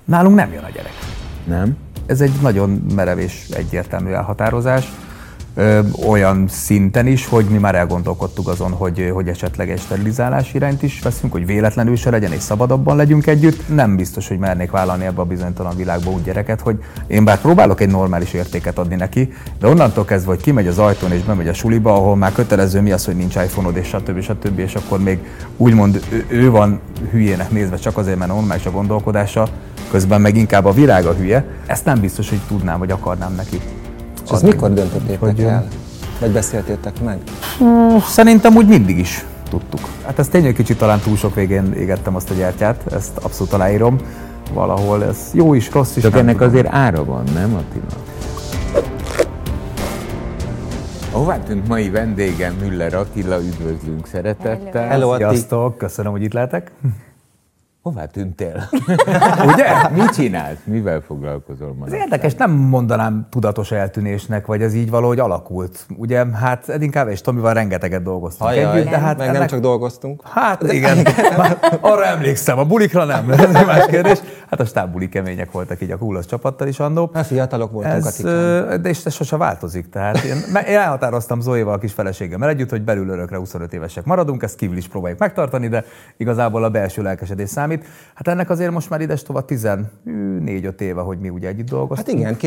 Nálunk nem jön a gyerek. Nem? Ez egy nagyon merev és egyértelmű elhatározás. Olyan szinten is, hogy mi már elgondolkodtuk azon, hogy esetleg egy sterilizálás irányt is veszünk, hogy véletlenül se legyen és szabadabban legyünk együtt. Nem biztos, hogy mernék vállalni ebbe a bizonytalan világba úgy gyereket, hogy én bár próbálok egy normális értéket adni neki, de onnantól kezdve, hogy kimegy az ajtón és bemegy a suliba, ahol már kötelező mi az, hogy nincs iPhone-od és stb. És akkor még úgymond ő van hülyének nézve csak azért, mert normális a gondolkodása, közben meg inkább a világ a hülye. Ezt nem biztos, hogy tudnám, vagy akarnám neki. És ezt mikor döntöttétek el? Vagy beszéltétek meg? Szerintem úgy mindig is tudtuk. Hát ez tényleg kicsit talán túl sok végén égettem azt a gyertyát, ezt abszolút aláírom. Valahol ez jó is, rossz is. Csak ennek tudom. Azért ára van, nem Attila? Hová tűnt mai vendégem, Müller Attila, üdvözlünk szeretettel. Hello, Atti. Sziasztok, köszönöm, hogy itt lehetek. Hová tűntél? Ugye? Mit csinálsz? Mivel foglalkozol ma? Ez érdekes, nem mondanám tudatos eltűnésnek, vagy ez így valahogy alakult. Ugye, hát Edinkával és Tomival rengeteget dolgoztunk együtt, de hát meg nem csak dolgoztunk. Hát igen, arra emlékszem, a bulikra nem, ez egy más kérdés. Hát a stábbuli kemények voltak így a Kulos csapattal is annó. Hát fiatalok voltunk, de és ez sose változik. Tehát én elhatároztam Zoéval, a kis feleségemmel együtt, hogy belül örökre 25 évesek maradunk, ezt kívül is próbáljuk megtartani, de igazából a belső lelkesedés számít. Hát ennek azért most már idestova 14-5 éve, hogy mi ugye együtt dolgoztunk. Hát igen,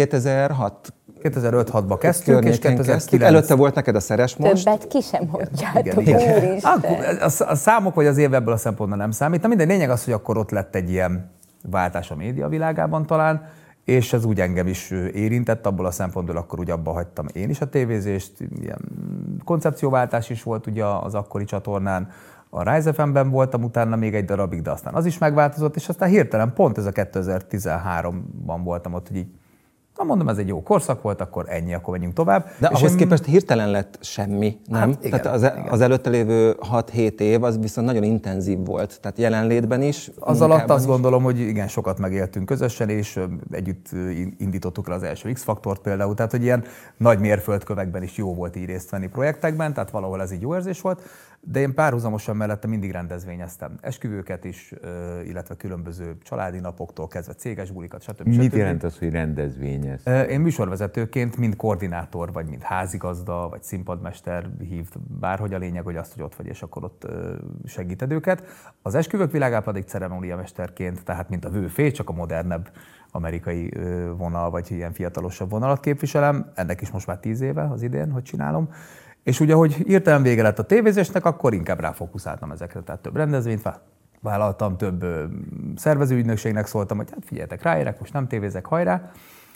2005-6-ba kezdtünk, és 2009... Előtte volt neked a Szeres Most. Többet ki sem mondjátok, úristen. A számok vagy az év ebből a szempontból nem számít. Na minden lényeg az, hogy akkor ott lett egy ilyen váltás a média világában talán, és ez úgy engem is érintett, abból a szempontból akkor úgy abba hagytam én is a tévézést, ilyen koncepcióváltás is volt ugye az akkori csatornán, a Rise FM-ben voltam utána még egy darabig, de aztán az is megváltozott, és aztán hirtelen pont ez a 2013-ban voltam ott, hogy így, na mondom, ez egy jó korszak volt, akkor ennyi, akkor menjünk tovább. De és ahhoz képest hirtelen lett semmi, nem? Hát igen, tehát az előtte lévő 6-7 év az viszont nagyon intenzív volt, tehát jelenlétben is. Az alatt azt gondolom, hogy igen, sokat megéltünk közösen, és együtt indítottuk el az első X-faktort például, tehát hogy ilyen nagy mérföldkövekben is jó volt így részt venni projektekben, tehát valahol ez így jó érzés volt. De én párhuzamosan mellette mindig rendezvényeztem esküvőket is, illetve különböző családi napoktól kezdve céges bulikat, stb. Mit jelent az, hogy rendezvényez? Én műsorvezetőként, mind koordinátor, vagy mind házigazda, vagy színpadmester hívt bárhogy, a lényeg, hogy azt, hogy ott vagy, és akkor ott segíted őket. Az esküvők világában pedig ceremóniamesterként, tehát mint a vőfé, csak a modernebb amerikai vonal, vagy ilyen fiatalosabb vonalat képviselem. Ennek is most már 10 éve az idén, hogy csinálom. És ugye, hogy hirtelen vége lett a tévézésnek, akkor inkább ráfókuszáltam ezekre, tehát több rendezvényt vállaltam, több szervezőügynökségnek szóltam, hogy hát figyeljetek, ráérek, most nem tévézek, hajrá.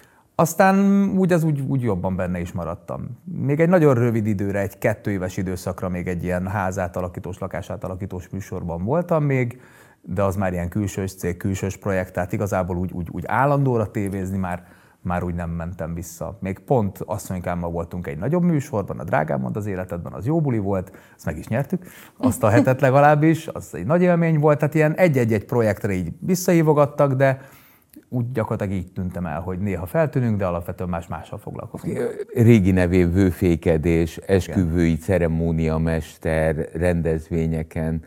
Aztán úgy jobban benne is maradtam. Még egy nagyon rövid időre, egy 2 éves időszakra még egy ilyen házátalakítós, lakásátalakítós műsorban voltam még, de az már ilyen külsős cég, külsős projekt, tehát igazából úgy állandóra tévézni már úgy nem mentem vissza. Még pont asszonykámmal voltunk egy nagyobb műsorban, a Drágám mond az életedben, az jó buli volt, ezt meg is nyertük, azt a hetet legalábbis, az egy nagy élmény volt, tehát ilyen egy-egy projektre így visszahívogattak, de úgy gyakorlatilag így tűntem el, hogy néha feltűnünk, de alapvetően mással foglalkozunk. Régi nevén vőfékedés, esküvői ceremóniamester, rendezvényeken,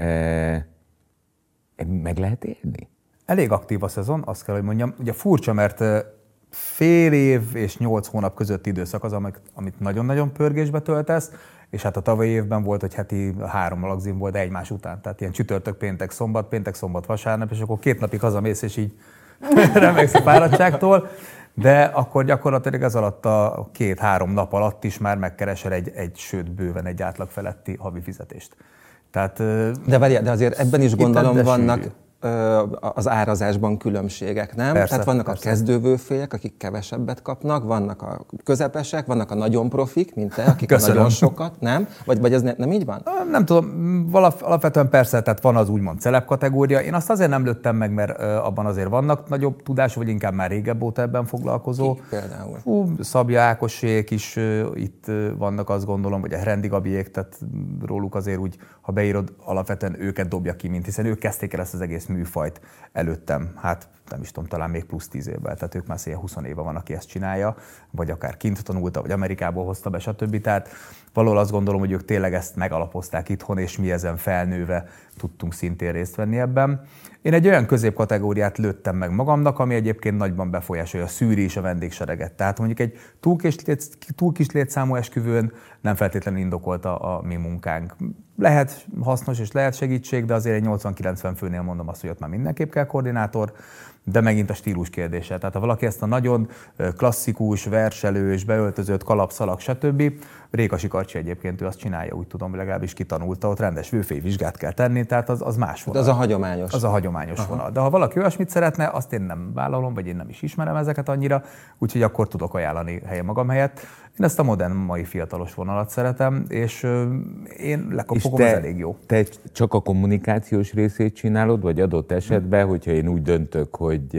meg lehet élni? Elég aktív a szezon, azt kell, hogy mondjam. Ugye furcsa, mert fél év és 8 hónap közötti időszak az, amit nagyon-nagyon pörgésbe töltesz, és hát a tavalyi évben volt, hogy heti 3 lagzin volt, de egymás után. Tehát ilyen csütörtök, péntek, szombat, vasárnap, és akkor 2 napig hazamész, és így remegsz a fáradtságtól. De akkor gyakorlatilag ez alatt a 2-3 nap alatt is már megkeresel sőt bőven egy átlag feletti havi fizetést. Tehát, de azért ebben is gondolom vannak az árazásban különbségek, nem? Persze, tehát vannak persze. A kezdővőfélyek, akik kevesebbet kapnak, vannak a közepesek, vannak a nagyon profik, mint te, akik nagyon sokat, nem? Vagy ez nem így van? Nem tudom, alapvetően persze, tehát van az úgymond celeb kategória. Én azt azért nem lőttem meg, mert abban azért vannak nagyobb tudású, vagy inkább már régebb óta ebben foglalkozó. Ki például? Szabja Ákosék is itt vannak, azt gondolom, vagy a Herendi Gabiék, tehát róluk azért úgy, ha beírod, alapvetően őket dobja ki, hiszen ők kezdték el ezt az egész műfajt előttem. Hát nem is tudom, talán még plusz 10 évvel, tehát ők már szépen 20 éve van, aki ezt csinálja, vagy akár kint tanulta, vagy Amerikából hozta be, stb. Tehát valahol azt gondolom, hogy ők tényleg ezt megalapozták itthon, és mi ezen felnőve tudtunk szintén részt venni ebben. Én egy olyan középkategóriát lőttem meg magamnak, ami egyébként nagyban befolyásolja, szűri is a vendégsereget. Tehát mondjuk egy túl kis létszámú esküvőn nem feltétlenül indokolt a mi munkánk. Lehet hasznos és lehet segítség, de azért egy 80-90 főnél mondom azt, hogy ott már mindenképp kell koordinátor, de megint a stílus kérdése. Tehát ha valaki ezt a nagyon klasszikus, verselős, beöltözött, kalapszalag, stb. Rékasi Karcsi egyébként ő azt csinálja, úgy tudom, legalábbis kitanulta, ott rendes vőfélyvizsgát kell tenni, tehát az más vonal. Az a hagyományos. Az a hagyományos vonal. De ha valaki olyasmit szeretne, azt én nem vállalom, vagy én nem is ismerem ezeket annyira, úgyhogy akkor tudok ajánlani helye magam helyett. Én ezt a modern, mai fiatalos vonalat szeretem, és én lekopogom, ez elég jó. Te csak a kommunikációs részét csinálod, vagy adott esetben, hogyha én úgy döntök,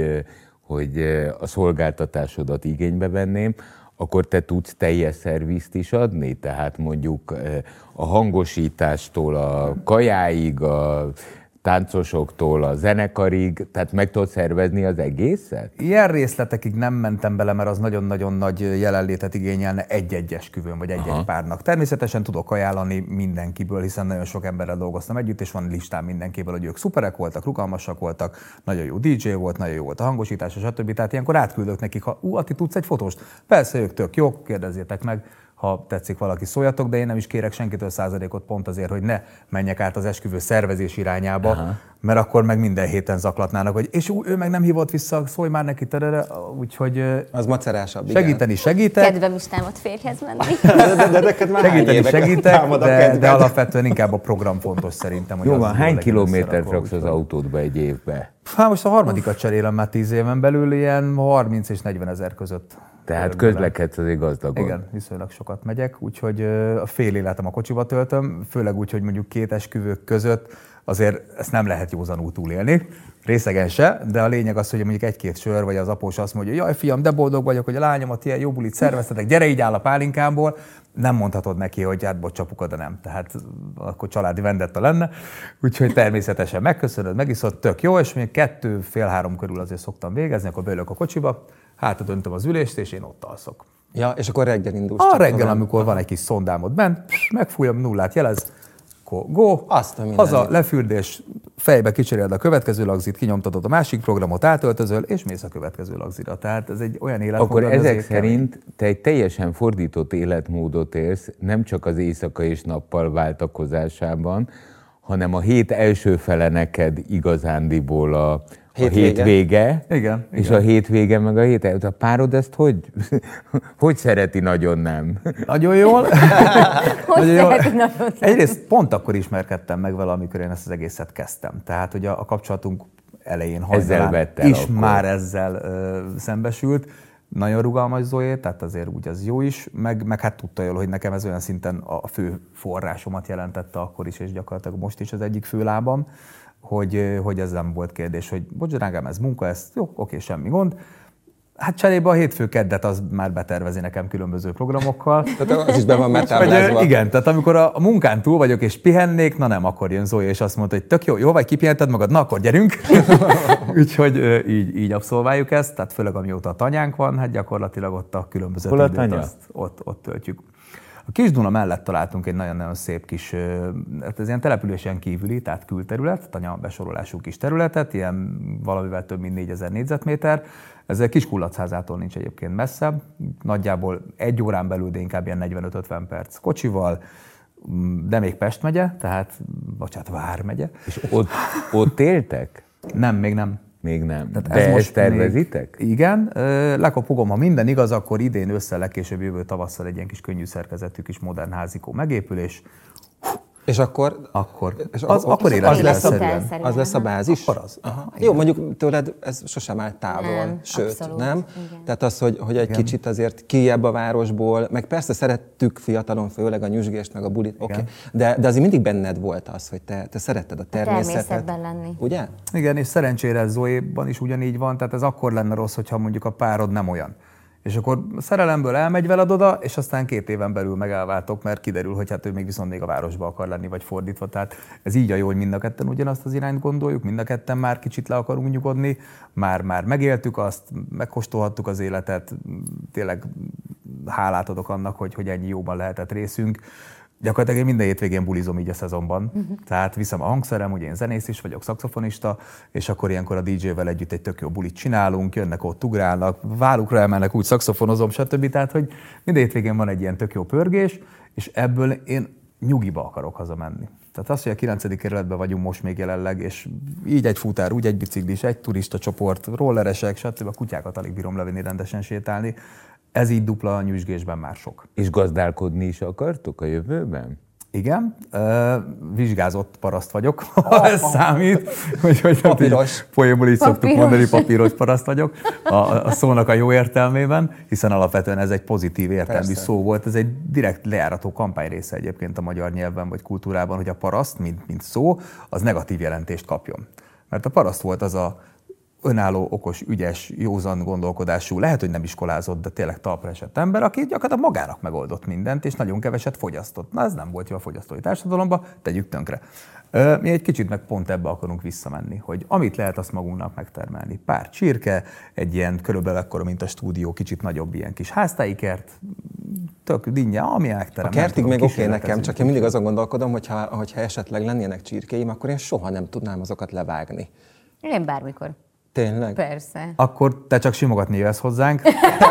hogy a szolgáltatásodat igénybe venném, akkor te tudsz teljes szervizt is adni? Tehát mondjuk a hangosítástól a kajáig, a táncosoktól a zenekarig, tehát meg tudod szervezni az egészet? Ilyen részletekig nem mentem bele, mert az nagyon-nagyon nagy jelenlétet igényelne egy-egy esküvőn, vagy egy-egy párnak. Természetesen tudok ajánlani mindenkiből, hiszen nagyon sok emberrel dolgoztam együtt, és van listám mindenkiből, hogy ők szuperek voltak, rugalmasak voltak, nagyon jó DJ volt, nagyon jó volt a hangosítás, stb. Tehát ilyenkor átküldök nekik, ha Ati, tudsz egy fotóst? Persze, ők tök jók, kérdezzétek meg. Ha tetszik valaki, szóljatok, de én nem is kérek senkitől százalékot pont azért, hogy ne menjek át az esküvő szervezés irányába, mert akkor meg minden héten zaklatnának, hogy és ő meg nem hívott vissza, szólj már neki, úgyhogy az macerásabb, segíteni segítek. Kedvem is támad férjhez menni. De neked már segíteni segítek, de alapvetően inkább a program fontos szerintem. Hogy jó van, hány kilométert raksz az autódba egy évbe? Hát most a harmadikat cserélem már 10 éven belül, ilyen 30 és 40 ezer között. Tehát közlekedsz azért gazdagon. Igen, viszonylag sokat megyek, úgyhogy a fél életem a kocsiba töltöm, főleg úgy, hogy mondjuk 2 esküvők között azért ezt nem lehet józanul túlélni, részegen se, de a lényeg az, hogy mondjuk 1-2 sör, vagy az após azt mondja, jaj fiam, de boldog vagyok, hogy a lányomat ilyen jó bulit szerveztetek, gyere így áll a pálinkámból, nem mondhatod neki, hogy hát bocs, apuka, de nem. Tehát akkor családi vendetta lenne. Úgyhogy természetesen megköszönöd, megiszod, tök jó, és mondjuk 2-2:30 körül azért szoktam végezni, akkor beülök a kocsiba, döntöm az ülést, és én ott alszok. Ja, és akkor reggel indulsz. A reggel, amikor van egy kis szondámod bent, megfújom, nullát jelez, go, haza, lefürdés, fejbe kicseréled a következő lagzit, kinyomtatod a másik programot, átöltözöl, és mész a következő lagzira. Tehát ez egy olyan életmód, akkor ezek szerint te egy teljesen fordított életmódot élsz, nem csak az éjszaka és nappal váltakozásában, hanem a hét első fele neked igazándiból a hétvége, igen. És a hétvége meg a hét. A párod ezt hogy szereti nagyon, nem? Nagyon jól. Nagyon jól. Egyrészt pont akkor ismerkedtem meg vele, amikor én ezt az egészet kezdtem. Tehát, hogy a kapcsolatunk elején hajnalán is akkor már ezzel szembesült. Nagyon rugalmas Zoé, tehát azért úgy az jó is, meg hát tudta jól, hogy nekem ez olyan szinten a fő forrásomat jelentette akkor is, és gyakorlatilag most is az egyik fő lábam, hogy ez nem volt kérdés, hogy bocs, drágám, ez munka, ez jó, oké, semmi gond. Hát cserébe a hétfő-keddet az már betervezi nekem különböző programokkal. Tehát az is be van megtáblázva. Igen, tehát amikor a munkán túl vagyok és pihennék, na nem, akkor jön Zoe és azt mondta, hogy tök jó vagy, kipihented magad, na akkor gyerünk. Úgyhogy így abszolváljuk ezt, tehát főleg amióta a tanyánk van, hát gyakorlatilag ott a különböző időt azt ott töltjük. A Kis-Duna mellett találtunk egy nagyon-nagyon szép kis, ez ilyen településen kívüli, tehát külterület, tanya besorolású kis területet, ilyen valamivel több mint 4000 négyzetméter. Ez a Kiskulacházától nincs egyébként messze, nagyjából 1 órán belül, de inkább ilyen 45-50 perc kocsival, de még Pest megye, tehát, bocsánat, Vármegye. És ott éltek? Nem, még nem. Még nem. Tehát de ezt tervezitek? Még, igen. Lekopogom, ha minden igaz, akkor idén össze, legkésőbb jövő tavasszal egy ilyen kis könnyű szerkezetű kis modern házikó megépülés. És akkor életszerűen. Az lesz a bázis? Akkor az. Jó, mondjuk tőled ez sosem áll távol, nem, sőt, abszolút, nem? Igen. Tehát az, hogy egy kicsit azért kijebb a városból, meg persze szerettük fiatalon főleg a nyüzsgést, meg a bulit, oké. De azért mindig benned volt az, hogy te szeretted a természetet. Természetben lenni. Ugye? Igen, és szerencsére Zoéban is ugyanígy van, tehát ez akkor lenne rossz, hogyha mondjuk a párod nem olyan. És akkor szerelemből elmegy veled oda, és aztán 2 éven belül meg elváltok, mert kiderül, hogy hát ő még viszont még a városba akar lenni, vagy fordítva. Tehát ez így a jó, hogy mind a ketten ugyanazt az irányt gondoljuk, mind a ketten már kicsit le akarunk nyugodni, már megéltük azt, megkóstolhattuk az életet, tényleg hálát adok annak, hogy ennyi jóban lehetett részünk. Gyakorlatilag én minden hétvégén bulizom így a szezonban. Tehát viszem a hangszerem, ugye én zenész is vagyok, szaxofonista, és akkor ilyenkor a DJ-vel együtt egy tök jó bulit csinálunk, jönnek ott, ugrálnak, vállukra emelnek, úgy szaxofonozom, stb. Tehát, hogy minden hétvégén van egy ilyen tök jó pörgés, és ebből én nyugiba akarok hazamenni. Tehát az, hogy a 9. kerületben vagyunk most még jelenleg, és így egy futár, úgy egy biciklis, egy turista csoport, rolleresek, stb. A kutyákat alig bírom levinni rendesen sétálni. Ez így dupla a nyüzsgésben már sok. És gazdálkodni is akartok a jövőben? Igen, vizsgázott paraszt vagyok, ha ez számít. Papíros. Poénból így szoktuk mondani, papíros paraszt vagyok, a szónak a jó értelmében, hiszen alapvetően ez egy pozitív értelmű szó volt. Ez egy direkt lejárató kampány része egyébként a magyar nyelvben vagy kultúrában, hogy a paraszt, mint szó, az negatív jelentést kapjon. Mert a paraszt volt az a önálló, okos, ügyes, józan gondolkodású, lehet, hogy nem iskolázott, de tényleg talpra esett ember, aki gyakorlatilag magának megoldott mindent, és nagyon keveset fogyasztott. Na, ez nem volt jó a fogyasztói társadalomba, tegyük tönkre. Mi egy kicsit meg pont ebbe akarunk visszamenni, hogy amit lehet, azt magunknak megtermelni. Pár csirke, egy ilyen körülbelül ekkora, mint a stúdió, kicsit nagyobb ilyen kis háztáji kert, tök dinnye, ami megterem. A kertig még oké nekem, csak én mindig azon gondolkodom, hogyha esetleg lennének csirkéim, akkor én soha nem tudnám azokat levágni. Én bármikor. Tényleg? Persze. Akkor te csak simogatni jössz hozzánk,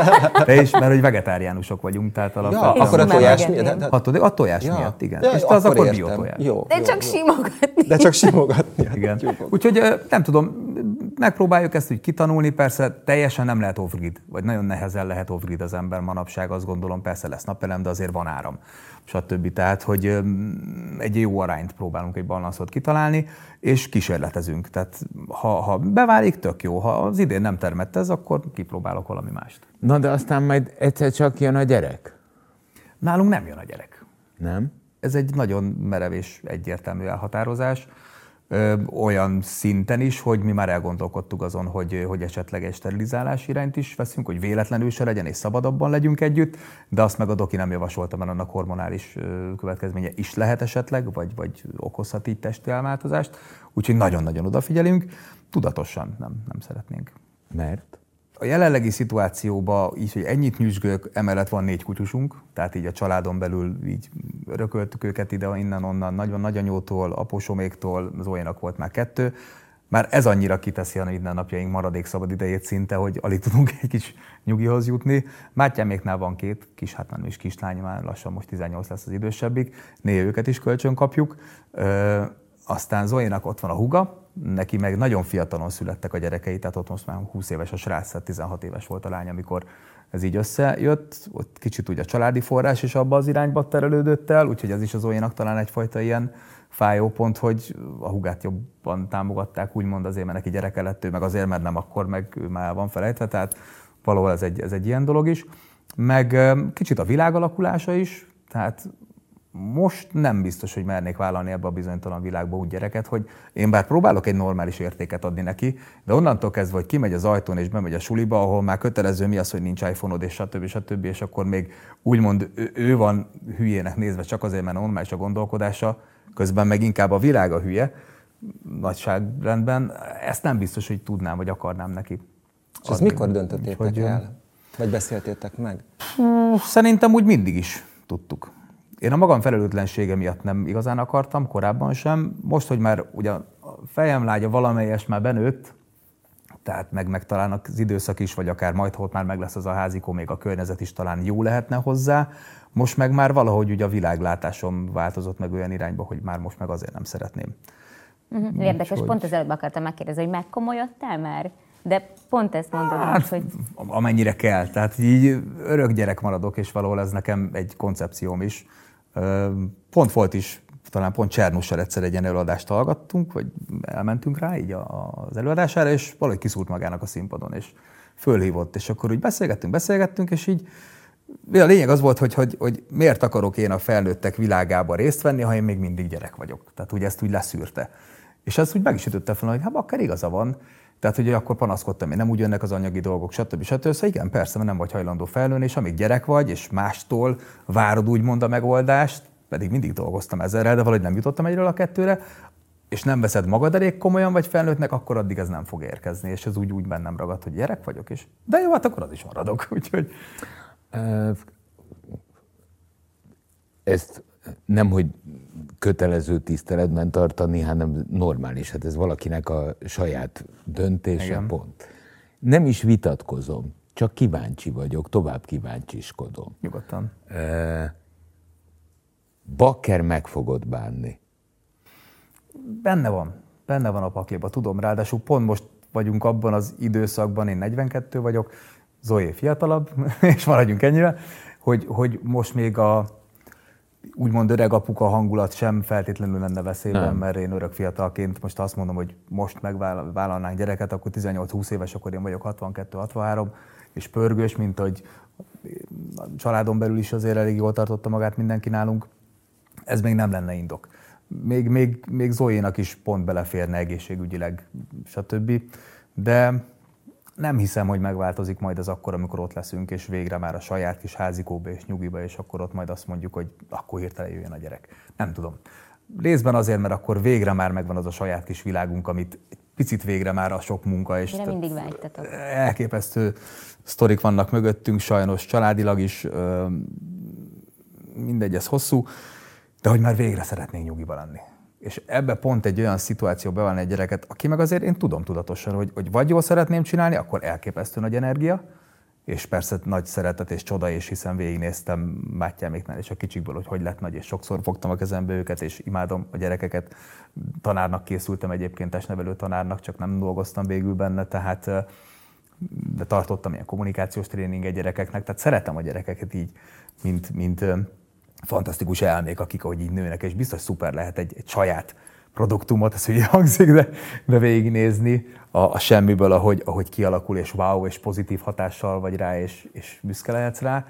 te is, mert hogy vegetáriánusok vagyunk, tehát alapvetően. Ja, akkor a tojás miatt? A tojás miatt, igen. Ja, és az akkor biotojás. De csak simogatni. De csak simogatni. Igen. Úgyhogy nem tudom, megpróbáljuk ezt úgy kitanulni, persze teljesen nem lehet off-grid, vagy nagyon nehezen lehet off-grid az ember manapság, azt gondolom, persze lesz napelem, de azért van áram, stb. Tehát, hogy egy jó arányt próbálunk, egy balanszot kitalálni, és kísérletezünk. Tehát ha beválik, tök jó. Ha az idén nem termett ez, akkor kipróbálok valami mást. Na de aztán majd egyszer csak jön a gyerek? Nálunk nem jön a gyerek. Nem? Ez egy nagyon merev és egyértelmű elhatározás. Olyan szinten is, hogy mi már elgondolkodtuk azon, hogy esetleg egy sterilizálás irányt is veszünk, hogy véletlenül se legyen és szabadabban legyünk együtt, de azt meg a doki nem javasolta, mert annak hormonális következménye is lehet esetleg, vagy okozhat így testi elváltozást. Úgyhogy nagyon-nagyon odafigyelünk, tudatosan nem szeretnénk. Mert? A jelenlegi szituációban így, hogy ennyit nyüzsgök, emellett van 4 kutyusunk, tehát így a családon belül így örököltük őket ide, innen-onnan, nagyon nagyanyótól, aposoméktól, Zóénak volt már 2. Már ez annyira kiteszi a mindennapjaink maradék szabad idejét szinte, hogy alig tudunk egy kis nyugihoz jutni. Mátyáméknál van 2 kis, hát nem is kislány, már lassan most 18 lesz az idősebbik, néha őket is kölcsön kapjuk. Aztán Zóénak ott van a húga, neki meg nagyon fiatalon születtek a gyerekei, tehát ott most már 20 éves a srác, tehát 16 éves volt a lány, amikor ez így összejött. Ott kicsit úgy a családi forrás is abba az irányba terelődött el, úgyhogy ez is az Zóénak talán egyfajta ilyen fájó pont, hogy a húgát jobban támogatták, úgymond azért, mert neki gyereke lett, ő meg azért, mert nem akkor, meg ő már van felejtve, tehát valahol ez egy ilyen dolog is. Meg kicsit a világ alakulása is, tehát most nem biztos, hogy mernék vállalni ebbe a bizonytalan világba úgy gyereket, hogy én bár próbálok egy normális értéket adni neki, de onnantól kezdve, hogy kimegy az ajtón és bemegy a suliba, ahol már kötelező mi az, hogy nincs iPhone-od és stb. És akkor még úgymond ő van hülyének nézve csak azért, mert normális a gondolkodása, közben meg inkább a világ a hülye nagyságrendben, ezt nem biztos, hogy tudnám, vagy akarnám neki. És ezt mikor döntöttétek el? Vagy beszéltétek meg? Szerintem úgy mindig is tudtuk. Én a magam felelőtlensége miatt nem igazán akartam, korábban sem. Most, hogy már ugye a fejem lágya valamelyes már benőtt, tehát meg talán az időszak is, vagy akár majd, hogy már meg lesz az a házikó, még a környezet is talán jó lehetne hozzá. Most meg már valahogy ugye a világlátásom változott meg olyan irányba, hogy már most meg azért nem szeretném. Érdekes, pont az előbb akartam megkérdezni, hogy megkomolyodtál már? De pont ezt mondom hát, is, hogy... Amennyire kell. Tehát így örök gyerek maradok, és valahol ez nekem egy koncepcióm is. Pont volt is, talán pont Csernussal egyszer egy ilyen előadást hallgattunk, vagy elmentünk rá így az előadására, és valahogy kiszúrt magának a színpadon, és fölhívott, és akkor úgy beszélgettünk, és így a lényeg az volt, hogy miért akarok én a felnőttek világába részt venni, ha én még mindig gyerek vagyok. Tehát úgy ezt úgy leszűrte. És ezt úgy meg is ütötte fel, hogy hát akár igaza van, Tehát, hogy akkor panaszkodtam, hogy nem úgy jönnek az anyagi dolgok, stb. Szóval igen, persze, mert nem vagy hajlandó felnőni, és amíg gyerek vagy, és mástól várod úgymond a megoldást, pedig mindig dolgoztam ezerrel, de valahogy nem jutottam egyről a kettőre, és nem veszed magad elég komolyan vagy felnőttnek, akkor addig ez nem fog érkezni, és ez úgy bennem ragad, hogy gyerek vagyok is. De jó, hát akkor az is maradok, úgyhogy... Ezt nem, hogy kötelező tiszteletben tartani, hanem normális. Hát ez valakinek a saját döntése, igen. Pont. Nem is vitatkozom, csak kíváncsi vagyok, tovább kíváncsiskodom. Nyugodtan. Bakker meg fogod bánni. Benne van a pakliba, tudom, ráadásul pont most vagyunk abban az időszakban, én 42 vagyok, Zoé fiatalabb, és maradjunk ennyire, hogy most még a úgymond öreg apuka hangulat sem feltétlenül lenne veszélyben, nem. Mert én öreg fiatalként most azt mondom, hogy most megvállalnánk gyereket, akkor 18-20 éves, akkor én vagyok 62-63, és pörgős, mint hogy a családon belül is azért elég jól tartotta magát mindenki nálunk. Ez még nem lenne indok. Még Zoénak is pont beleférne egészségügyileg, stb. De nem hiszem, hogy megváltozik majd az akkor, amikor ott leszünk, és végre már a saját kis házikóba és nyugiba, és akkor ott majd azt mondjuk, hogy akkor hirtelen jöjjön a gyerek. Nem tudom. Részben azért, mert akkor végre már megvan az a saját kis világunk, amit egy picit végre már a sok munka, és mindig vágytatok. Elképesztő sztorik vannak mögöttünk, sajnos családilag is, mindegy, ez hosszú, de hogy már végre szeretnénk nyugiba lenni. És ebbe pont egy olyan szituáció beválni egy gyereket, aki meg azért én tudom tudatosan, hogy vagy jól szeretném csinálni, akkor elképesztő nagy energia, és persze nagy szeretet és csoda, és hiszen végignéztem Mátyáméknál és a kicsikből, hogy lett nagy, és sokszor fogtam a kezembe őket, és imádom a gyerekeket. Tanárnak készültem egyébként, testnevelő tanárnak, csak nem dolgoztam végül benne, tehát de tartottam ilyen kommunikációs tréninget gyerekeknek, tehát szeretem a gyerekeket így, mint fantasztikus elmék, akik ahogy így nőnek, és biztos szuper lehet egy saját produktumot, ez ugye hangzik, de végignézni a semmiből, ahogy kialakul, és wow, és pozitív hatással vagy rá, és büszke lehetsz rá,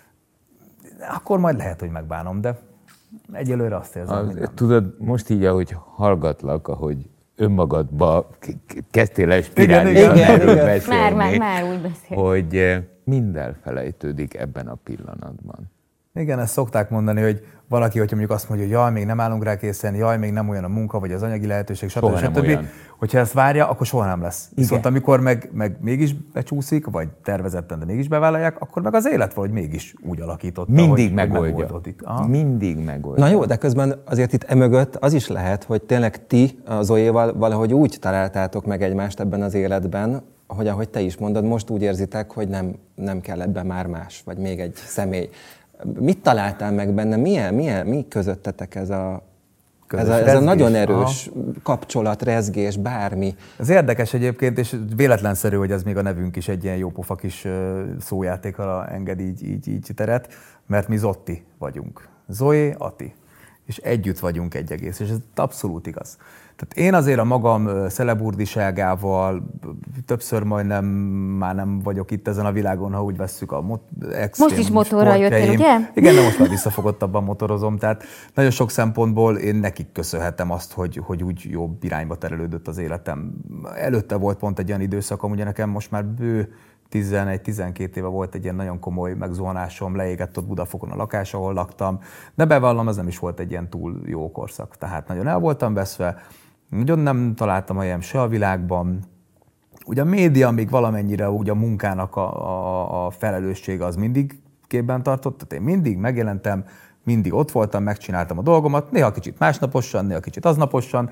akkor majd lehet, hogy megbánom, de egyelőre azt érzem, hogy nem. Tudod, most így, ahogy hallgatlak, ahogy önmagadba kezdtél el spirálisan erről beszélni, már úgy beszél. hogy minden felejtődik ebben a pillanatban. Igen, ezt szokták mondani, hogy valaki, hogyha mondjuk azt mondja, hogy jaj, még nem állunk rá készen, jaj, még nem olyan a munka, vagy az anyagi lehetőség, stb. Hogyha ezt várja, akkor soha nem lesz. Igen. Viszont amikor meg mégis becsúszik, vagy tervezetten, de mégis bevállalják, akkor meg az élet valahogy mégis úgy alakította, mindig megoldja. Mindig megoldja. Na jó, de közben azért itt emögött az is lehet, hogy tényleg ti a Zoéval valahogy úgy találtátok meg egymást ebben az életben, hogy ahogy te is mondod, most úgy érzitek, hogy nem kell ebben már más, vagy még egy személy. Mit találtál meg benne? Mi közöttetek ez a nagyon erős kapcsolat, rezgés, bármi? Ez érdekes egyébként, és véletlenszerű, hogy ez még a nevünk is egy ilyen jópofa kis szójátékkal enged így teret, mert mi Zotti vagyunk. Zoé, Ati. És együtt vagyunk egy egész, és ez abszolút igaz. Tehát én azért a magam szeleburdiságával többször majdnem már nem vagyok itt ezen a világon, ha úgy vesszük a most is motorra jöttél, ugye? Igen, de most már visszafogottabban motorozom, tehát nagyon sok szempontból én nekik köszönhetem azt, hogy úgy jobb irányba terelődött az életem. Előtte volt pont egy olyan időszakom, ugye nekem most már bő 11-12 éve volt egy ilyen nagyon komoly megzuhanásom, leégett ott Budafokon a lakás, ahol laktam, de bevallom, ez nem is volt egy ilyen túl jó korszak. Tehát nagyon el voltam veszve, nagyon nem találtam helyem se a világban. Ugye a média még valamennyire ugye a munkának a felelőssége az mindig képben tartott, tehát én mindig megjelentem, mindig ott voltam, megcsináltam a dolgomat, néha kicsit másnaposan, néha kicsit aznaposan,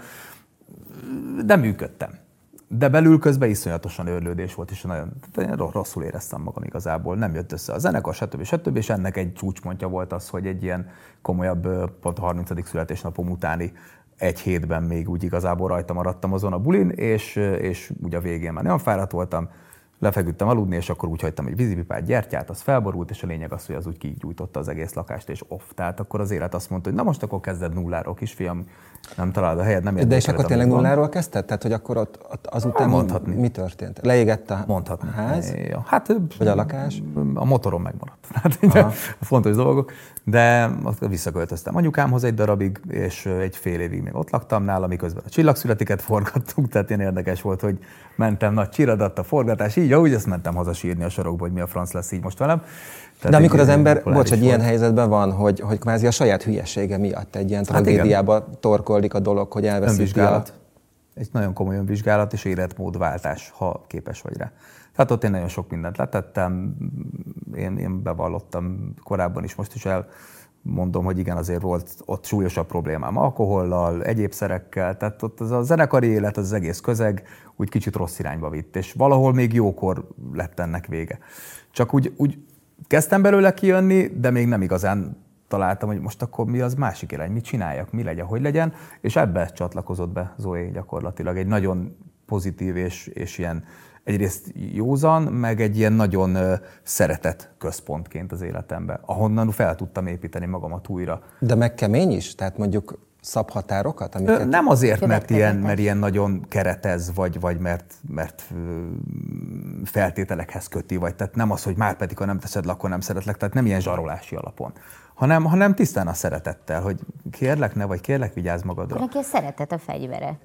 de működtem. De belül közben iszonyatosan őrlődés volt, és nagyon rosszul éreztem magam igazából. Nem jött össze a zenekar, stb. És ennek egy csúcspontja volt az, hogy egy ilyen komolyabb, pont a 30. születésnapom utáni egy hétben még úgy igazából rajta maradtam azon a bulin, és ugye a végén már nagyon fáradt voltam, Lefeküdtem aludni, és akkor úgy hagytam egy vízipipát, gyertyát, az felborult, és a lényeg az, hogy az úgy kigyújtotta az egész lakást, és off. Tehát akkor az élet azt mondta, hogy na most akkor kezded nulláról, kisfiam, nem találod a helyed, nem érdekel. De és akkor tényleg nulláról kezdted? Tehát, hogy akkor ott azután mi történt? Leégett a ház? Ja, hát, vagy a lakás? A motorom megmaradt. Hát, fontos dolgok. De visszaköltöztem anyukámhoz egy darabig, és egy fél évig még ott laktam nála, miközben a Csillagszületiket forgattuk, tehát ilyen érdekes volt, hogy mentem nagy csiradat a forgatás, így, úgy ezt mentem haza sírni a sarokba, hogy mi a franc lesz így most velem. Tehát de amikor az ember, egy ilyen helyzetben van, hogy kvázi a saját hülyesége miatt egy ilyen tragédiába torkollik a dolog, hogy elveszíti egy nagyon komoly önvizsgálat és életmódváltás, ha képes vagy rá. Tehát ott én nagyon sok mindent letettem, én bevallottam korábban is, most is elmondom, hogy igen, azért volt ott súlyosabb problémám alkohollal, egyéb szerekkel, tehát ott az a zenekari élet, az egész közeg úgy kicsit rossz irányba vitt, és valahol még jókor lett ennek vége. Csak úgy kezdtem belőle kijönni, de még nem igazán találtam, hogy most akkor mi az másik irány, mit csináljak, mi legyen, hogy legyen, és ebbe csatlakozott be Zoé gyakorlatilag. Egy nagyon pozitív és ilyen egyrészt józan, meg egy ilyen nagyon szeretett központként az életemben, ahonnan fel tudtam építeni magamat újra. De meg kemény is? Tehát mondjuk szab határokat? Amiket nem azért, mert ilyen nagyon keretez, vagy mert feltételekhez köti, vagy tehát nem az, hogy már pedig, ha nem teszed le, akkor nem szeretlek, tehát nem ilyen zsarolási alapon. Hanem tisztán a szeretettel, hogy kérlek, ne vagy kérlek, vigyázz magadra. Neki a szeretet a fegyvere.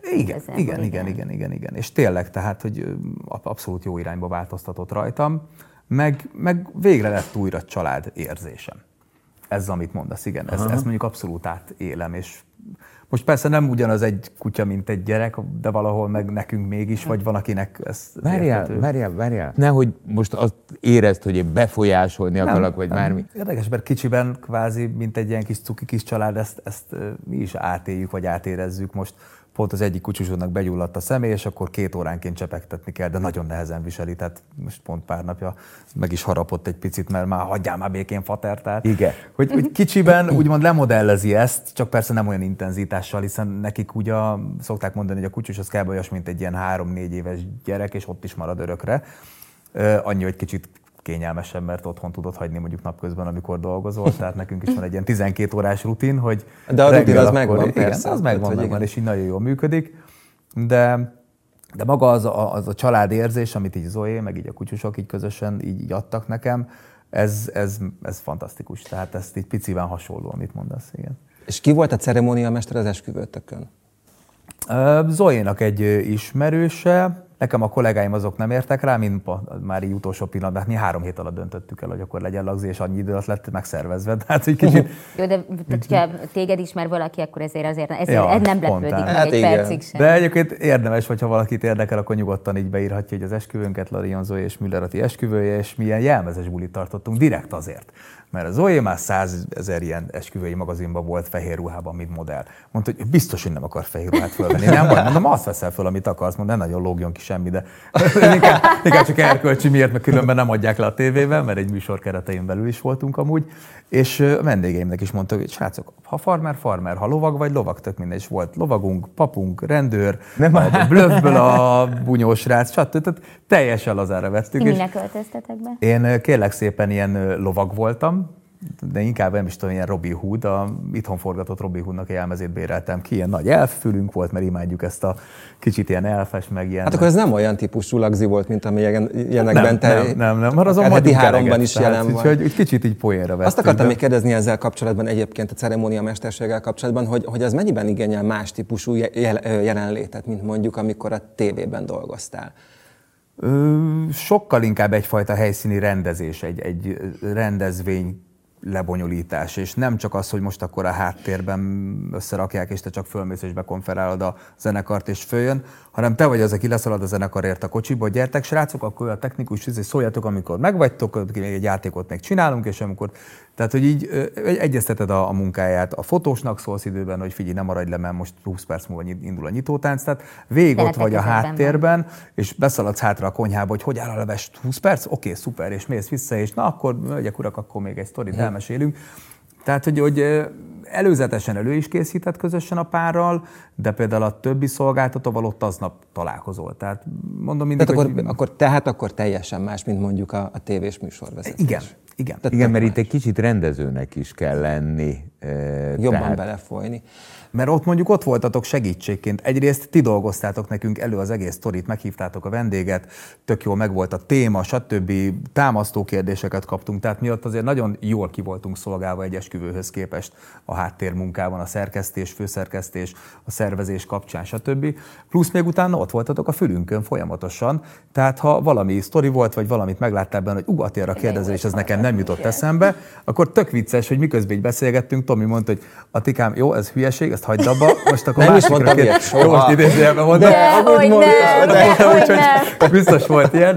Igen. És tényleg, tehát, hogy abszolút jó irányba változtatott rajtam, meg végre lett újra család érzésem. Ez, amit mondasz, igen. Ezt mondjuk abszolút átélem, és most persze nem ugyanaz egy kutya, mint egy gyerek, de valahol meg nekünk mégis, vagy van, akinek ez Várjál. Nehogy most azt érezd, hogy én befolyásolni akarok, vagy bármi. Érdekes, mert kicsiben kvázi, mint egy ilyen kis cuki kis család, ezt mi is átéljük, vagy átérezzük most. Pont az egyik kutyusodnak begyulladt a személy, és akkor 2 óránként csepegtetni kell, de nagyon nehezen viseli. Tehát most pont pár napja meg is harapott egy picit, mert már hagyjál már békén fater. Tehát, igen. Hogy kicsiben úgymond lemodellezi ezt, csak persze nem olyan intenzitással, hiszen nekik ugye szokták mondani, hogy a kutyus az kb. Olyas, mint egy ilyen 3-4 éves gyerek, és ott is marad örökre. Annyi, hogy kicsit kényelmesebb, mert otthon tudod hagyni mondjuk napközben, amikor dolgozol, tehát nekünk is van egy ilyen 12 órás rutin, hogy de a rutin az megvan, persze. Igen, az megvan, és így nagyon jól működik, de maga az a családérzés, amit így Zoé, meg így a kutyusok így közösen így adtak nekem, ez fantasztikus, tehát ezt így piciben hasonló, amit mondasz, igen. És ki volt a ceremóniamester az esküvőtökön? Zoénak egy ismerőse, nekem a kollégáim azok nem értek rá, mint már így utolsó pillanatban. Mi 3 hét alatt döntöttük el, hogy akkor legyen lagzi, és annyi idő alatt lett megszervezve. Tehát, hogy kicsit... Jó, de ha téged ismer valaki, akkor ezért nem lepődik meg egy percig sem. De egyébként érdemes, hogyha valakit érdekel, akkor nyugodtan így beírhatja, hogy az esküvőnket, Larion Zoé és Müller Ati esküvője, és milyen jelmezes bulit tartottunk direkt azért. Mert a Zoé már 100 000 ilyen esküvői magazinban volt fehér ruhában, mint modell. Mondta, hogy biztos, hogy nem akar fehér ruhát fölvenni. Nem baj, mondom, azt veszel föl, amit akarsz, mondom, ne nagyon lógjon ki semmi, de inkább csak erkölcsi miért, mert különben nem adják le a tévében, mert egy műsor keretein belül is voltunk amúgy. És a vendégeimnek is mondta, hogy srácok, ha farmer, ha lovag vagy lovag, tök minden is volt. Lovagunk, papunk, rendőr, a Bluffből a bunyós srác, stb. Tehát teljesen lazára vettük. Minek öltöztetek be? Én kérlek szépen ilyen lovag voltam, de inkább nem is tudom, ilyen Robin Hood, itthon forgatott Robin Hoodnak egy elmezét béreltem ki, ilyen nagy elffülünk volt, mert imádjuk ezt a kicsit ilyen elfes, meg ilyen... Hát akkor ez nem olyan típusú lagzi volt, mint ami ilyenekben nem, mert azon heti 3-ban is jelen van. Úgyhogy kicsit így poénra vettük. Azt akartam még kérdezni ezzel kapcsolatban egyébként a ceremóniamesterséggel kapcsolatban, hogy az mennyiben igényel más típusú jelenlétet, mint mondjuk amikor a tévében dolgoztál? Sokkal inkább egyfajta helyszíni rendezés, egy rendezvény lebonyolítás, és nem csak az, hogy most akkor a háttérben összerakják, és te csak fölmész és bekonferálod a zenekart, és följön, hanem te vagy az, aki leszalad a zenekarért a kocsiba, hogy gyertek srácok, akkor a technikus szóljatok, amikor megvagytok, még egy játékot még csinálunk, és amikor... Tehát, hogy így egyezteted a munkáját, a fotósnak szólsz időben, hogy figyelj, ne maradj le, mert most 20 perc múlva indul a nyitótánc, tehát végig ott vagy a háttérben, és beszaladsz hátra a konyhába, hogy áll a leves 20 perc, oké, szuper, és mész vissza, és na akkor, hölgyek, urak, akkor még egy sztorit elmesélünk. Tehát, hogy előzetesen elő is készített közösen a párral, de például a többi szolgáltatóval ott aznap találkozol. Tehát mondom mindig, tehát akkor teljesen más, mint mondjuk a tévés műsorvezetés. Igen, mert itt egy kicsit rendezőnek is kell lenni. Jobban belefolyni. Mert ott voltatok segítségként. Egyrészt ti dolgoztátok nekünk elő az egész sztorit, meghívtátok a vendéget, tök jól megvolt a téma, stb. Támasztó kérdéseket kaptunk, tehát mi ott azért nagyon jól ki voltunk szolgálva egy esküvőhöz képest a háttérmunkában, a szerkesztés, főszerkesztés, a szervezés kapcsán, stb. Plusz még utána ott voltatok a fülünkön folyamatosan, tehát ha valami sztori volt, vagy valamit megláttál benne, hogy Attilra kérdezel, és ez nekem nem jutott eszembe, akkor tök vicces, hogy miközben így beszélgettünk, Tomi mondta, hogy Attikám, jó, ez hülyeség, ezt hagyd abba, most akkor nem is mondtam ilyet soha. Most idézőjelben mondtam. Biztos volt ilyen.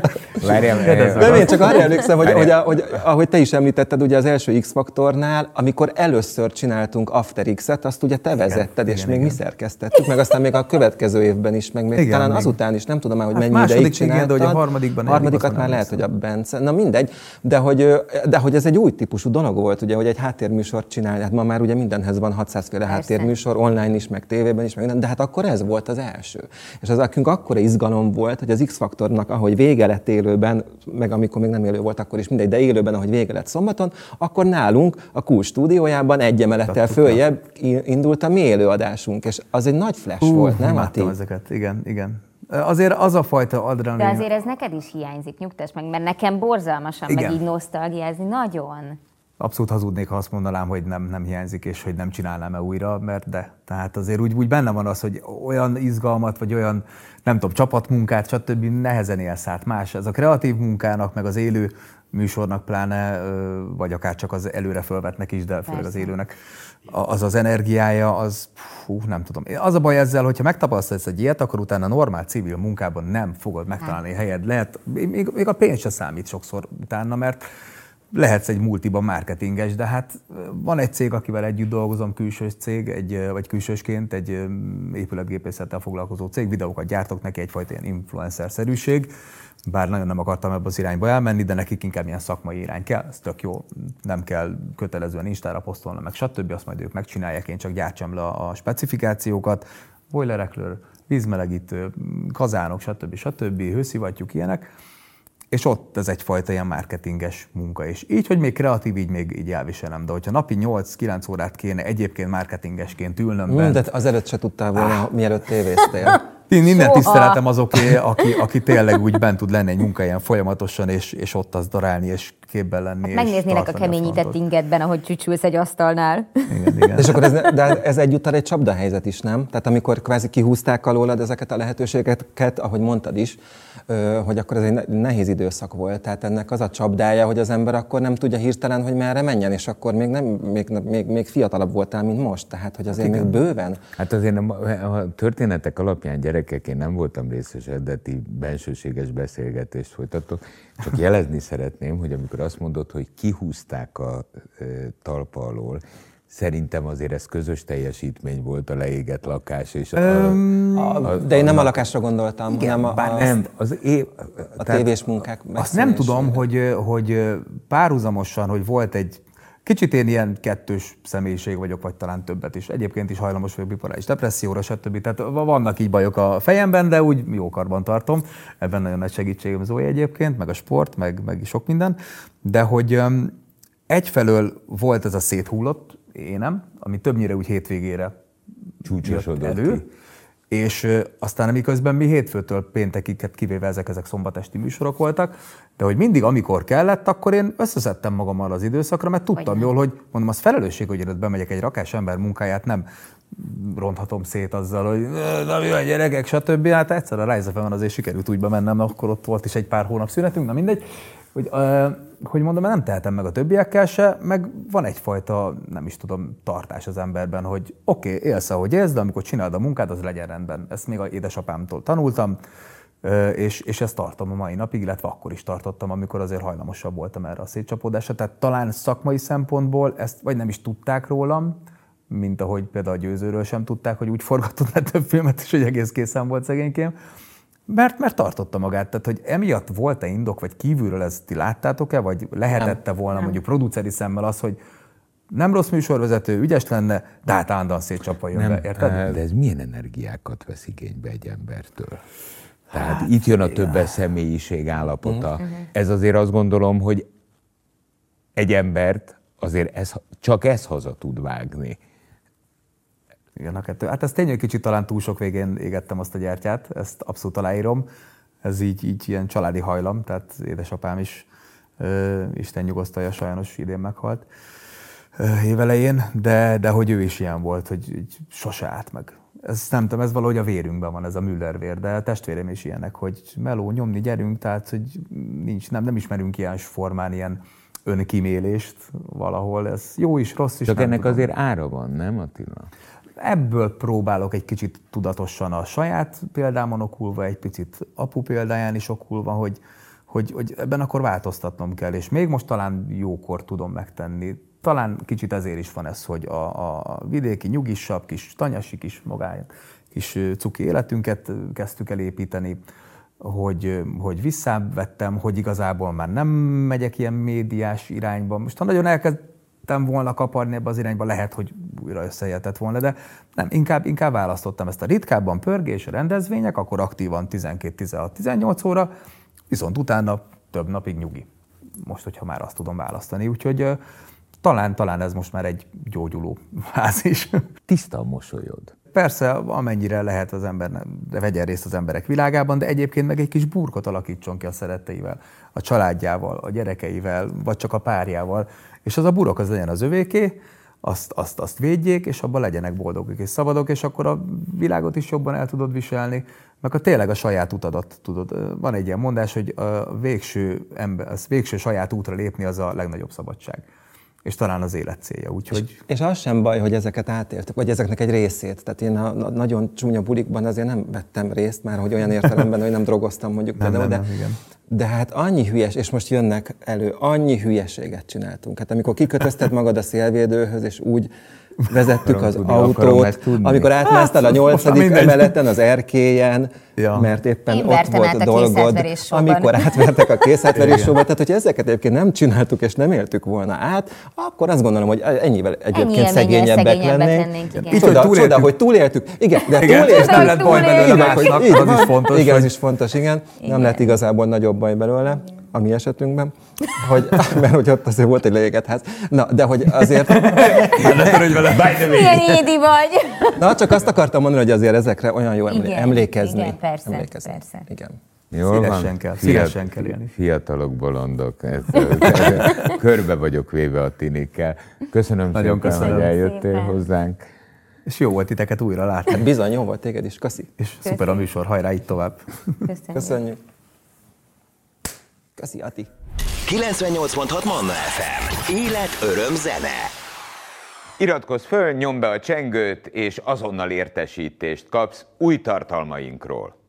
Nem, én csak arra emlékszem, hogy ahogy te is említetted, ugye az első X-faktornál, amikor először csináltunk After X-et, azt ugye te vezetted, és még mi szerkesztettük, meg aztán még a következő évben is, meg még talán azután is, nem tudom már, hogy mennyi ideig csináltad. De hogy a harmadikat már lehet, hogy a Bence. Na mindegy, de hogy ez egy új típusú dolog volt, ugye, hogy egy háttérműsort csinálni. Hát ma már ugye mindenhez van 600 féle háttérműsor, online is, meg tévében is, meg minden, de hát akkor ez volt az első. És az nekünk akkora izgalom volt, hogy az X-faktornak, ahogy vége lett élőben, meg amikor még nem élő volt, akkor is mindegy, de élőben, ahogy vége lett szombaton, akkor nálunk a Cool stúdiójában egy emelettel följebb indult a mi élőadásunk, és az egy nagy flash volt, nem? Imádtam ezeket, igen. Azért az a fajta adrenalin... De azért ez neked is hiányzik, nyugtass meg, mert nekem borzalmasan meg így nosztalgiázni, nagyon. Abszolút hazudnék, ha azt mondanám, hogy nem hiányzik, és hogy nem csinálnám-e újra, mert de. Tehát azért úgy benne van az, hogy olyan izgalmat, vagy olyan, nem tudom, csapatmunkát, stb. Nehezen élsz át. Más ez a kreatív munkának, meg az élő műsornak pláne, vagy akár csak az előre fölvetnek is, de főleg az élőnek. Az energiája, az, nem tudom. Az a baj ezzel, hogyha megtapasztalsz egy ilyet, akkor utána normál civil munkában nem fogod megtalálni helyed. Lehet, még a pénz se számít sokszor utána, mert lehetsz egy multiban marketinges, de hát van egy cég, akivel együtt dolgozom, külsős cég, vagy külsősként, egy épületgépészettel foglalkozó cég, videókat gyártok neki, egyfajta ilyen influencer-szerűség, bár nagyon nem akartam ebbe az irányba elmenni, de nekik inkább ilyen szakmai irány kell, ez tök jó, nem kell kötelezően Instára posztolni, meg stb., azt majd ők megcsinálják, én csak gyártsam le a specifikációkat, boilerekről, vízmelegítő, kazánok, stb., hőszivattyúk, ilyenek. És ott ez egyfajta ilyen marketinges munka is. Így, hogy még kreatív, így elviselem. De hogyha napi 8-9 órát kéne egyébként marketingesként ülnöm bent... De azelőtt se tudtál volna, mielőtt tévéztél. Minden tiszteletem azoké, aki tényleg úgy bent tud lenni egy munkáján folyamatosan, és ott az darálni, és képben lenni. Megnéznének a keményített ingedben, ahogy csücsülsz egy asztalnál. Igen. És akkor ez egyúttal egy csapdahelyzet is, nem? Tehát amikor kvázi kihúzták alólad ezeket a lehetőségeket, ahogy mondtad is, hogy akkor ez egy nehéz időszak volt. Tehát ennek az a csapdája, hogy az ember akkor nem tudja hirtelen, hogy merre menjen, és akkor még fiatalabb voltál, mint most. Tehát, hogy azért még bőven. Hát azért a történetek alapján gyerekek, én nem voltam részes, de ti bensőséges beszélgetést folytatok. Csak jelezni szeretném, hogy amikor azt mondod, hogy kihúzták a talpa alól, szerintem azért ez közös teljesítmény volt a leégett lakás. És de én nem a lakásra gondoltam, igen, hanem a tévés munkák. Azt nem tudom, hogy párhuzamosan, hogy volt egy kicsit én ilyen kettős személyiség vagyok, vagy talán többet is. Egyébként is hajlamos vagyok bipoláris depresszióra, stb. Tehát vannak így bajok a fejemben, de úgy jó karban tartom. Ebben nagyon nagy segítségem Zoe egyébként, meg a sport, meg sok minden. De hogy egyfelől volt ez a széthullott énem, ami többnyire úgy hétvégére csúcsosodott elő. És aztán amiközben mi hétfőtől péntekig, kivéve ezek szombatesti műsorok voltak, de hogy mindig, amikor kellett, akkor én összeszedtem magammal az időszakra, mert tudtam jól, hogy mondom, az felelősség, hogy én bemegyek egy rakás ember munkáját, nem ronthatom szét azzal, hogy na jó, gyerekek, stb. Hát egyszer a Rise FM-en azért sikerült úgy bemennem, akkor ott volt is egy pár hónap szünetünk, na mindegy. Hogy mondom, nem tehetem meg a többiekkel se, meg van egyfajta, nem is tudom, tartás az emberben, hogy oké, élsz, ahogy élsz, de amikor csinálod a munkát, az legyen rendben. Ezt még az édesapámtól tanultam, és ezt tartom a mai napig, illetve akkor is tartottam, amikor azért hajlamosabb voltam erre a szétcsapódásra. Tehát talán szakmai szempontból ezt vagy nem is tudták rólam, mint ahogy például a Győzőről sem tudták, hogy úgy forgatott le több filmet, és hogy egész készen volt szegénykém. Mert tartotta magát, tehát hogy emiatt volt-e indok, vagy kívülről ezt ti láttátok-e, vagy lehetette volna mondjuk produceri szemmel az, hogy nem rossz műsorvezető, ügyes lenne, de hát állandóan szétcsapva jön be, érted? De ez milyen energiákat vesz igénybe egy embertől? Tehát itt jön a többes személyiség állapota. Ez azért azt gondolom, hogy egy embert azért csak ez haza tud vágni. Igen, a kettő. Hát ez tényleg kicsit talán túl sok végén égettem azt a gyertyát, ezt abszolút aláírom. Ez így ilyen családi hajlam, tehát édesapám is, Isten nyugosztalja, sajnos idén meghalt évelején, de hogy ő is ilyen volt, hogy sose állt meg. Ez nem tudom, ez valahogy a vérünkben van, ez a Müller vér, de a testvérem is ilyenek, hogy meló, nyomni, gyerünk, tehát hogy nem ismerünk ilyen formán ilyen önkímélést valahol, ez jó is, rossz is. Csak ennek tudom. Azért ára van, nem Attila? Ebből próbálok egy kicsit tudatosan a saját példámon okulva, egy picit apu példáján is okulva, hogy ebben akkor változtatnom kell, és még most talán jókor tudom megtenni. Talán kicsit ezért is van ez, hogy a vidéki nyugisabb, kis tanyasi, kis cuki életünket kezdtük el építeni, hogy visszavettem, hogy igazából már nem megyek ilyen médiás irányba. Most ha nagyon elkezdtem volna kaparni ebbe az irányba, lehet, hogy újra összejöhetett volna, de nem, inkább választottam ezt a ritkábban pörgés, rendezvények, akkor aktívan 12-16-18 óra, viszont utána több napig nyugi. Most, hogyha már azt tudom választani. Úgyhogy talán ez most már egy gyógyuló ház is. Tiszta a mosolyod. Persze, amennyire lehet az ember, de vegyen részt az emberek világában, de egyébként meg egy kis burkot alakítson ki a szeretteivel, a családjával, a gyerekeivel, vagy csak a párjával. És az a burok az legyen az övéké, azt védjék, és abban legyenek boldogok és szabadok, és akkor a világot is jobban el tudod viselni, meg tényleg a saját utadat tudod. Van egy ilyen mondás, hogy a végső saját útra lépni az a legnagyobb szabadság. És talán az élet célja, úgyhogy... És az sem baj, hogy ezeket átértük, vagy ezeknek egy részét. Tehát én a nagyon csúnya bulikban azért nem vettem részt, már hogy olyan értelemben, hogy nem drogoztam mondjuk például, de hát annyi hülyes, és most jönnek elő, annyi hülyeséget csináltunk. Hát amikor kikötözted magad a szélvédőhöz, és úgy vezettük az autót, amikor átmásztál a 8. emeleten az erkélyen, mert éppen ott volt dolgod, amikor átvertek a készátveréssóba. Tehát, hogyha ezeket egyébként nem csináltuk és nem éltük volna át, akkor azt gondolom, hogy ennyivel egyébként szegényebbek lennénk. Csoda, hogy túléltük. Igen, de túléltük. Nem lett baj belőle másnak, az is fontos. Igen, az is fontos, igen. Nem lett igazából nagyobb baj belőle a mi esetünkben, mert hogy ott azért volt egy leégetház. Na, de hogy azért... Milyen édi vagy! Na, csak azt akartam mondani, hogy azért ezekre olyan jó emlékezni. Igen, persze. Igen. Jól szívesen kell élni. Fiatalok, bolondok. Körbe vagyok véve a tinikkel. Köszönöm szépen, hogy eljöttél hozzánk. És jó volt titeket újra látni. Hát bizony, jó volt téged is. Köszi. És szuper a műsor, hajrá, így tovább. Köszönjük. Köszi, Ati. 98.6 Manna FM. Élet, öröm, zene. Iratkozz föl, nyomd be a csengőt, és azonnal értesítést kapsz új tartalmainkról.